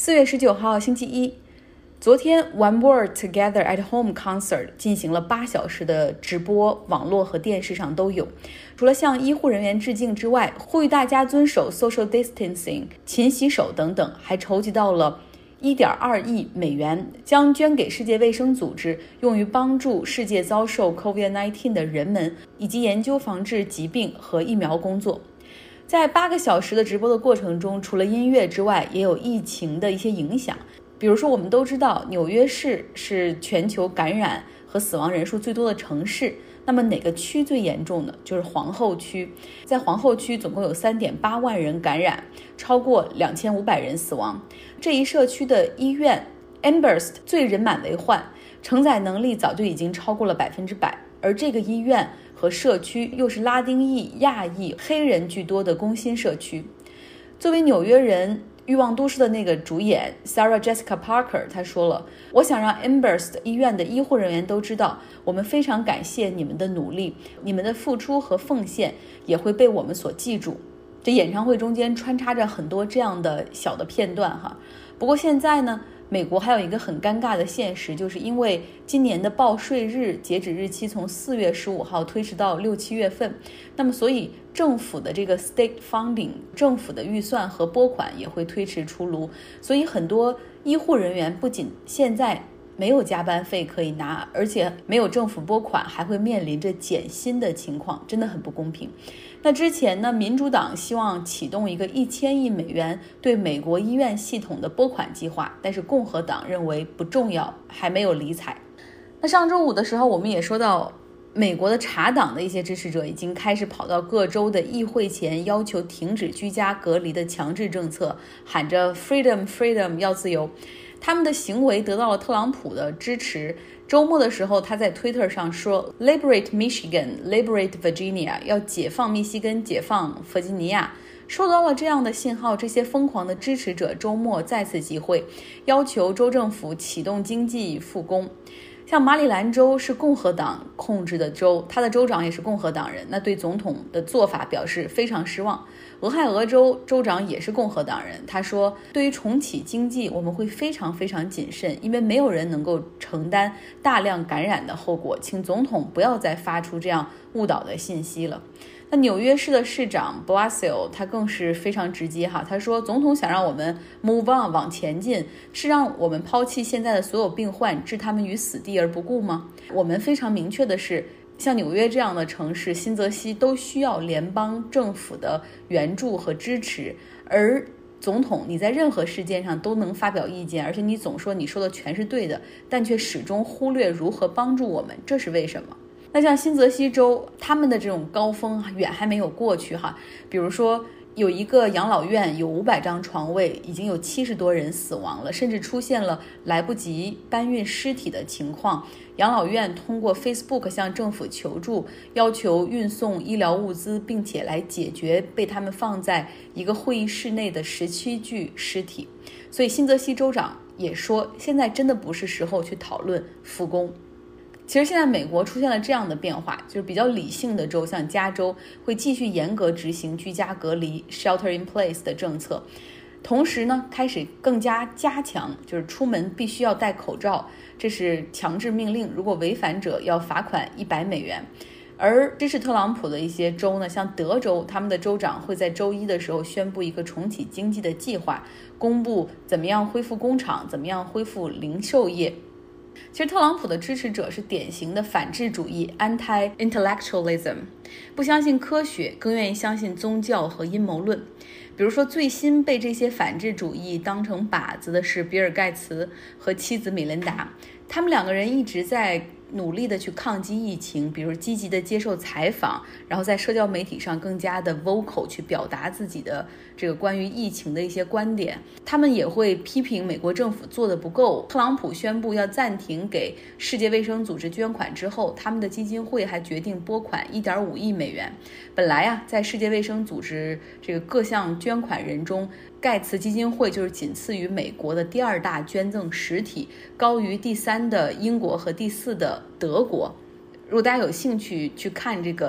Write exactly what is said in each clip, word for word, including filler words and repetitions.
四月十九号星期一，昨天 One World Together at Home Concert 进行了八小时的直播，网络和电视上都有。除了向医护人员致敬之外，呼吁大家遵守 social distancing、勤洗手等等，还筹集到了一点二亿美元，将捐给世界卫生组织，用于帮助世界遭受 COVID 十九 的人们，以及研究防治疾病和疫苗工作。在八个小时的直播的过程中，除了音乐之外，也有疫情的一些影响。比如说，我们都知道纽约市是全球感染和死亡人数最多的城市，那么哪个区最严重呢？就是皇后区。在皇后区总共有 三点八万人感染，超过两千五百人死亡。这一社区的医院 Amherst 最人满为患，承载能力早就已经超过了百分之百，而这个医院和社区又是拉丁裔、亚裔、黑人居多的工薪社区。作为纽约人，欲望都市的那个主演 Sarah Jessica Parker 她说了，我想让 Amherst 医院的医护人员都知道，我们非常感谢你们的努力，你们的付出和奉献也会被我们所记住。这演唱会中间穿插着很多这样的小的片段哈。不过现在呢，美国还有一个很尴尬的现实，就是因为今年的报税日截止日期从四月十五号推迟到六七月份，那么所以政府的这个 state funding 政府的预算和拨款也会推迟出炉，所以很多医护人员不仅现在没有加班费可以拿，而且没有政府拨款，还会面临着减薪的情况，真的很不公平。那之前呢，民主党希望启动一个一千亿美元对美国医院系统的拨款计划，但是共和党认为不重要，还没有理睬。那上周五的时候，我们也说到，美国的茶党的一些支持者已经开始跑到各州的议会前，要求停止居家隔离的强制政策，喊着 freedom freedom 要自由。他们的行为得到了特朗普的支持。周末的时候，他在 Twitter 上说 Liberate Michigan, Liberate Virginia， 要解放密西根，解放弗吉尼亚。收到了这样的信号，这些疯狂的支持者周末再次集会，要求州政府启动经济复工。像马里兰州是共和党控制的州，他的州长也是共和党人，那对总统的做法表示非常失望。俄亥俄州州长也是共和党人，他说，对于重启经济我们会非常非常谨慎，因为没有人能够承担大量感染的后果，请总统不要再发出这样误导的信息了。那纽约市的市长 Blasio 他更是非常直接哈，他说总统想让我们 move on 往前进，是让我们抛弃现在的所有病患，置他们于死地而不顾吗？我们非常明确的是，像纽约这样的城市，新泽西都需要联邦政府的援助和支持，而总统你在任何事件上都能发表意见，而且你总说你说的全是对的，但却始终忽略如何帮助我们，这是为什么？那像新泽西州，他们的这种高峰远还没有过去哈。比如说有一个养老院有五百张床位，已经有七十多人死亡了，甚至出现了来不及搬运尸体的情况。养老院通过 Facebook 向政府求助，要求运送医疗物资，并且来解决被他们放在一个会议室内的十七具尸体。所以新泽西州长也说，现在真的不是时候去讨论复工。其实现在美国出现了这样的变化，就是比较理性的州，像加州会继续严格执行居家隔离 shelter in place 的政策，同时呢开始更加加强，就是出门必须要戴口罩，这是强制命令，如果违反者要罚款一百美元。而支持特朗普的一些州呢，像德州，他们的州长会在周一的时候宣布一个重启经济的计划，公布怎么样恢复工厂，怎么样恢复零售业。其实特朗普的支持者是典型的反智主义 anti-intellectualism， 不相信科学，更愿意相信宗教和阴谋论。比如说最新被这些反智主义当成靶子的是比尔盖茨和妻子米琳达，他们两个人一直在努力的去抗击疫情，比如积极的接受采访，然后在社交媒体上更加的 vocal 去表达自己的这个关于疫情的一些观点。他们也会批评美国政府做的不够。特朗普宣布要暂停给世界卫生组织捐款之后，他们的基金会还决定拨款 一点五亿美元。本来啊，在世界卫生组织这个各项捐款人中，盖茨基金会就是仅次于美国的第二大捐赠实体，高于第三的英国和第四的德国。如果大家有兴趣去看这个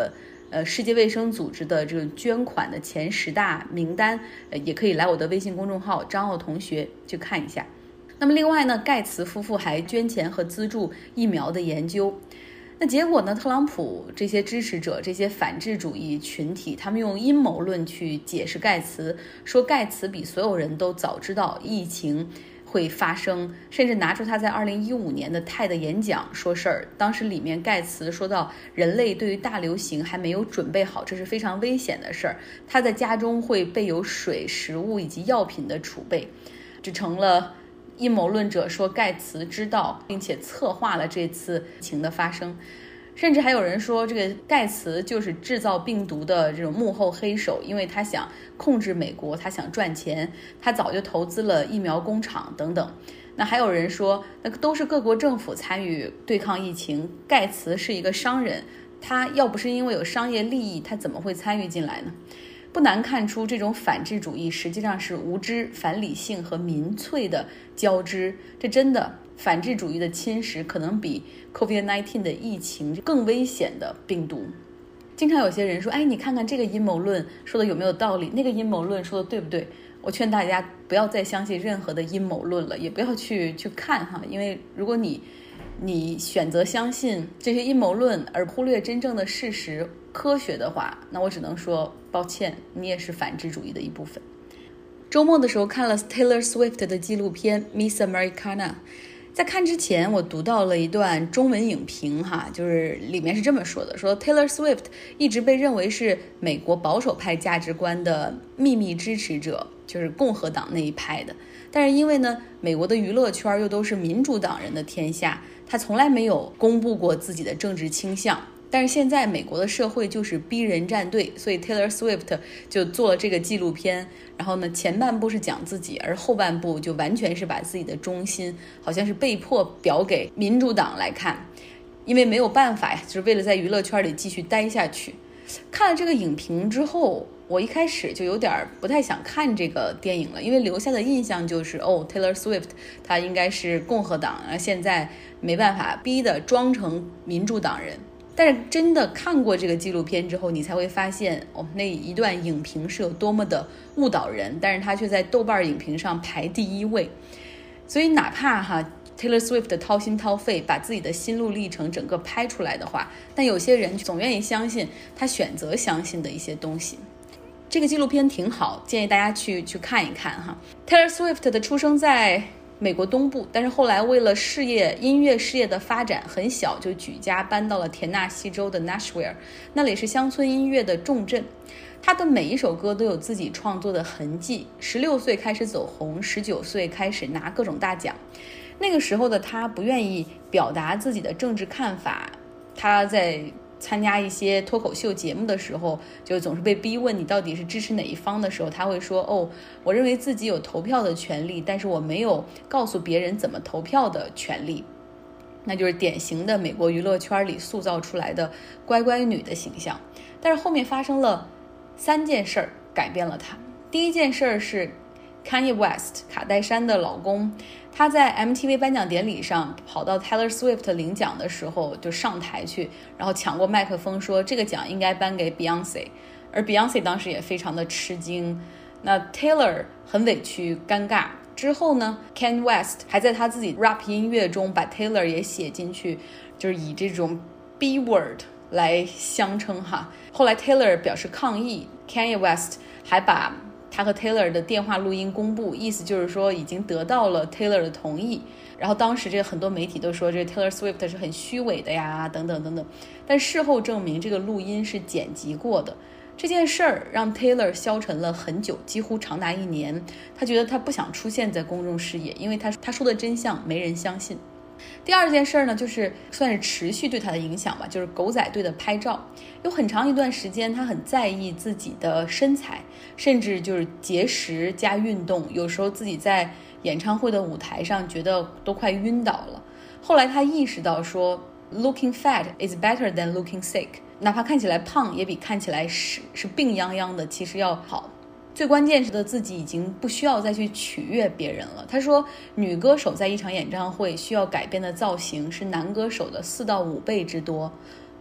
呃世界卫生组织的这个捐款的前十大名单，呃也可以来我的微信公众号张奥同学去看一下。那么另外呢，盖茨夫妇还捐钱和资助疫苗的研究。那结果呢，特朗普这些支持者，这些反智主义群体，他们用阴谋论去解释盖茨，说盖茨比所有人都早知道疫情会发生，甚至拿出他在二零一五年的泰的演讲说事儿。当时里面盖茨说到人类对于大流行还没有准备好，这是非常危险的事儿，他在家中会备有水、食物以及药品的储备。这成了阴谋论者说盖茨知道并且策划了这次疫情的发生。甚至还有人说这个盖茨就是制造病毒的这种幕后黑手，因为他想控制美国，他想赚钱，他早就投资了疫苗工厂等等。那还有人说那都是各国政府参与对抗疫情，盖茨是一个商人，他要不是因为有商业利益，他怎么会参与进来呢？不难看出，这种反智主义实际上是无知、反理性和民粹的交织。这真的，反智主义的侵蚀可能比 COVID 十九 的疫情更危险的病毒。经常有些人说，哎，你看看这个阴谋论说的有没有道理，那个阴谋论说的对不对？我劝大家不要再相信任何的阴谋论了，也不要去去看哈，因为如果你你选择相信这些阴谋论而忽略真正的事实科学的话，那我只能说抱歉，你也是反智主义的一部分。周末的时候看了 Taylor Swift 的纪录片 Miss Americana， 在看之前我读到了一段中文影评哈，就是里面是这么说的，说 Taylor Swift 一直被认为是美国保守派价值观的秘密支持者，就是共和党那一派的，但是因为呢美国的娱乐圈又都是民主党人的天下，他从来没有公布过自己的政治倾向。但是现在美国的社会就是逼人站队，所以 Taylor Swift 就做了这个纪录片，然后呢前半部是讲自己，而后半部就完全是把自己的中心好像是被迫表给民主党来看，因为没有办法呀，就是为了在娱乐圈里继续待下去。看了这个影评之后，我一开始就有点不太想看这个电影了，因为留下的印象就是哦 Taylor Swift 他应该是共和党，现在没办法逼的装成民主党人。但是真的看过这个纪录片之后，你才会发现哦，那一段影评是有多么的误导人，但是他却在豆瓣影评上排第一位。所以哪怕哈 Taylor Swift 掏心掏肺把自己的心路历程整个拍出来的话，但有些人总愿意相信他选择相信的一些东西。这个纪录片挺好，建议大家去去看一看哈。Taylor Swift 的出生在美国东部，但是后来为了事业音乐事业的发展，很小就举家搬到了田纳西州的 Nashville， 那里是乡村音乐的重镇。他的每一首歌都有自己创作的痕迹，十六岁开始走红，十九岁开始拿各种大奖。那个时候的他不愿意表达自己的政治看法，他在参加一些脱口秀节目的时候，就总是被逼问你到底是支持哪一方的时候，他会说哦，我认为自己有投票的权利，但是我没有告诉别人怎么投票的权利。那就是典型的美国娱乐圈里塑造出来的乖乖女的形象。但是后面发生了三件事儿改变了她。第一件事儿是 Kanye West 卡戴珊的老公，他在 M T V 颁奖典礼上跑到 Taylor Swift 领奖的时候就上台去，然后抢过麦克风说这个奖应该颁给 Beyonce， 而 Beyonce 当时也非常的吃惊。那 Taylor 很委屈尴尬，之后呢 Kanye West 还在他自己 rap 音乐中把 Taylor 也写进去，就是以这种 B word 来相称哈。后来 Taylor 表示抗议， Kanye West 还把他和 Taylor 的电话录音公布，意思就是说已经得到了 Taylor 的同意。然后当时这个很多媒体都说这个 Taylor Swift 是很虚伪的呀，等等等等。但事后证明这个录音是剪辑过的。这件事儿让 Taylor 消沉了很久，几乎长达一年。他觉得他不想出现在公众视野，因为他他说的真相没人相信。第二件事呢，就是算是持续对他的影响吧，就是狗仔队的拍照。有很长一段时间他很在意自己的身材，甚至就是节食加运动，有时候自己在演唱会的舞台上觉得都快晕倒了。后来他意识到说 looking fat is better than looking sick， 哪怕看起来胖也比看起来是是病殃殃的其实要好。最关键是的，自己已经不需要再去取悦别人了。他说女歌手在一场演唱会需要改变的造型是男歌手的四到五倍之多。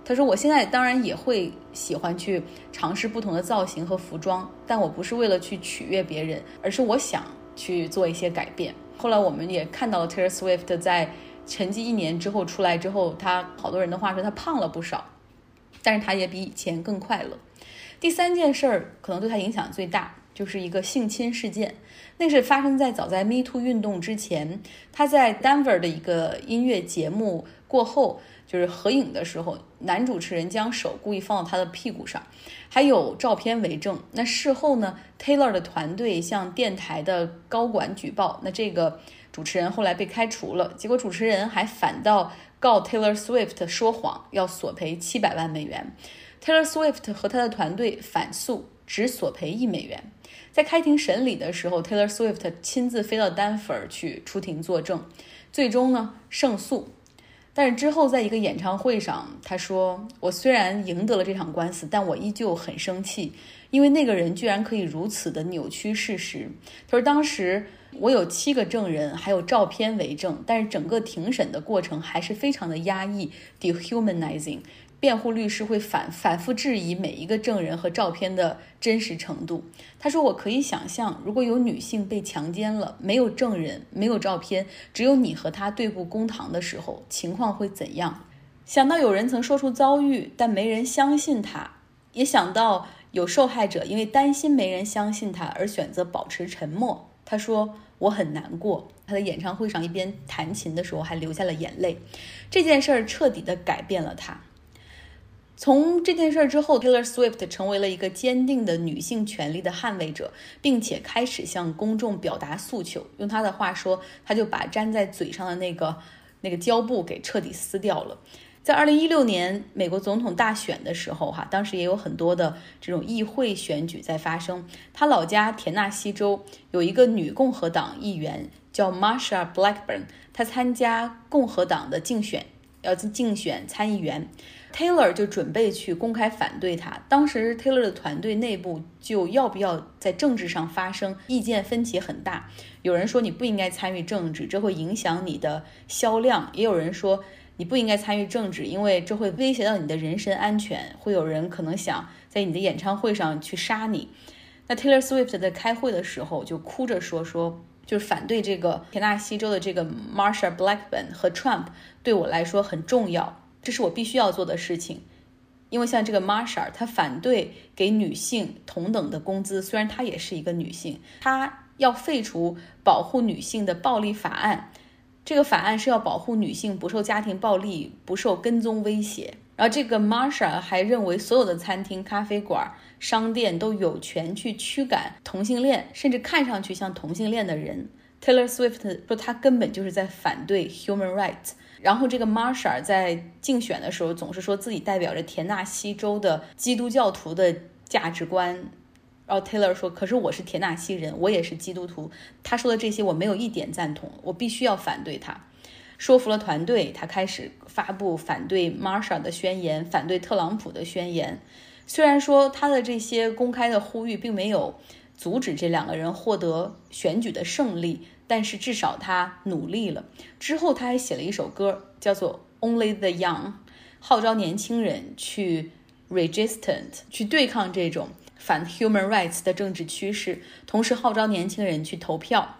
他说我现在当然也会喜欢去尝试不同的造型和服装，但我不是为了去取悦别人，而是我想去做一些改变。后来我们也看到了 Taylor Swift 在沉寂一年之后出来之后，他好多人的话说他胖了不少，但是他也比以前更快乐。第三件事儿可能对他影响最大，就是一个性侵事件。那是发生在早在 Me Too 运动之前，他在 Denver 的一个音乐节目过后，就是合影的时候，男主持人将手故意放到他的屁股上，还有照片为证。那事后呢 Taylor 的团队向电台的高管举报，那这个主持人后来被开除了，结果主持人还反倒告 Taylor Swift 说谎，要索赔七百万美元。Taylor Swift 和他的团队反诉，只索赔一美元。在开庭审理的时候 Taylor Swift 亲自飞到丹佛去出庭作证，最终呢胜诉。但是之后在一个演唱会上，他说，我虽然赢得了这场官司，但我依旧很生气，因为那个人居然可以如此的扭曲事实。他说当时我有七个证人还有照片为证，但是整个庭审的过程还是非常的压抑 dehumanizing，辩护律师会反反复质疑每一个证人和照片的真实程度。他说我可以想象，如果有女性被强奸了，没有证人，没有照片，只有你和她对簿公堂的时候，情况会怎样。想到有人曾说出遭遇，但没人相信他，也想到有受害者因为担心没人相信他而选择保持沉默。他说我很难过，他在演唱会上一边弹琴的时候还流下了眼泪。这件事儿彻底的改变了他。从这件事之后 Taylor Swift 成为了一个坚定的女性权利的捍卫者，并且开始向公众表达诉求。用她的话说，她就把粘在嘴上的那个那个胶布给彻底撕掉了。在二零一六年美国总统大选的时候哈，当时也有很多的这种议会选举在发生。她老家田纳西州有一个女共和党议员叫 Marsha Blackburn， 她参加共和党的竞选，要竞选参议员。Taylor 就准备去公开反对他，当时 Taylor 的团队内部就要不要在政治上发声，意见分歧很大。有人说你不应该参与政治，这会影响你的销量，也有人说你不应该参与政治，因为这会威胁到你的人身安全，会有人可能想在你的演唱会上去杀你。那 Taylor Swift 在开会的时候就哭着说说就是反对这个田纳西州的这个 Marsha Blackburn 和 Trump 对我来说很重要，这是我必须要做的事情。因为像这个 Marsha 她反对给女性同等的工资，虽然她也是一个女性，她要废除保护女性的暴力法案，这个法案是要保护女性不受家庭暴力，不受跟踪威胁。然后这个 Marsha 还认为所有的餐厅、咖啡馆、商店都有权去驱赶同性恋，甚至看上去像同性恋的人。 Taylor Swift 说她根本就是在反对 human rights。 然后这个 Marsha 在竞选的时候总是说自己代表着田纳西州的基督教徒的价值观，然后 Taylor 说可是我是田纳西人，我也是基督徒，他说的这些我没有一点赞同，我必须要反对他。说服了团队，他开始发布反对 Marsha 的宣言，反对特朗普的宣言。虽然说他的这些公开的呼吁并没有阻止这两个人获得选举的胜利，但是至少他努力了。之后他还写了一首歌叫做 Only the Young， 号召年轻人去 resistant 去对抗这种反 human rights 的政治趋势，同时号召年轻人去投票。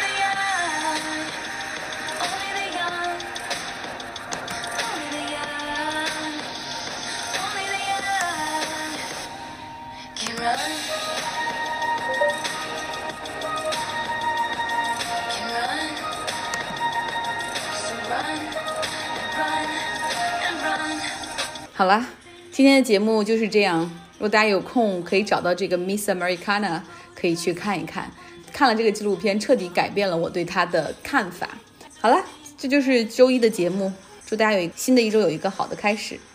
好了，今天的节目就是这样。如果大家有空可以找到这个 Miss Americana 可以去看一看，看了这个纪录片彻底改变了我对她的看法。好了，这就是周一的节目，祝大家有新的一周有一个好的开始。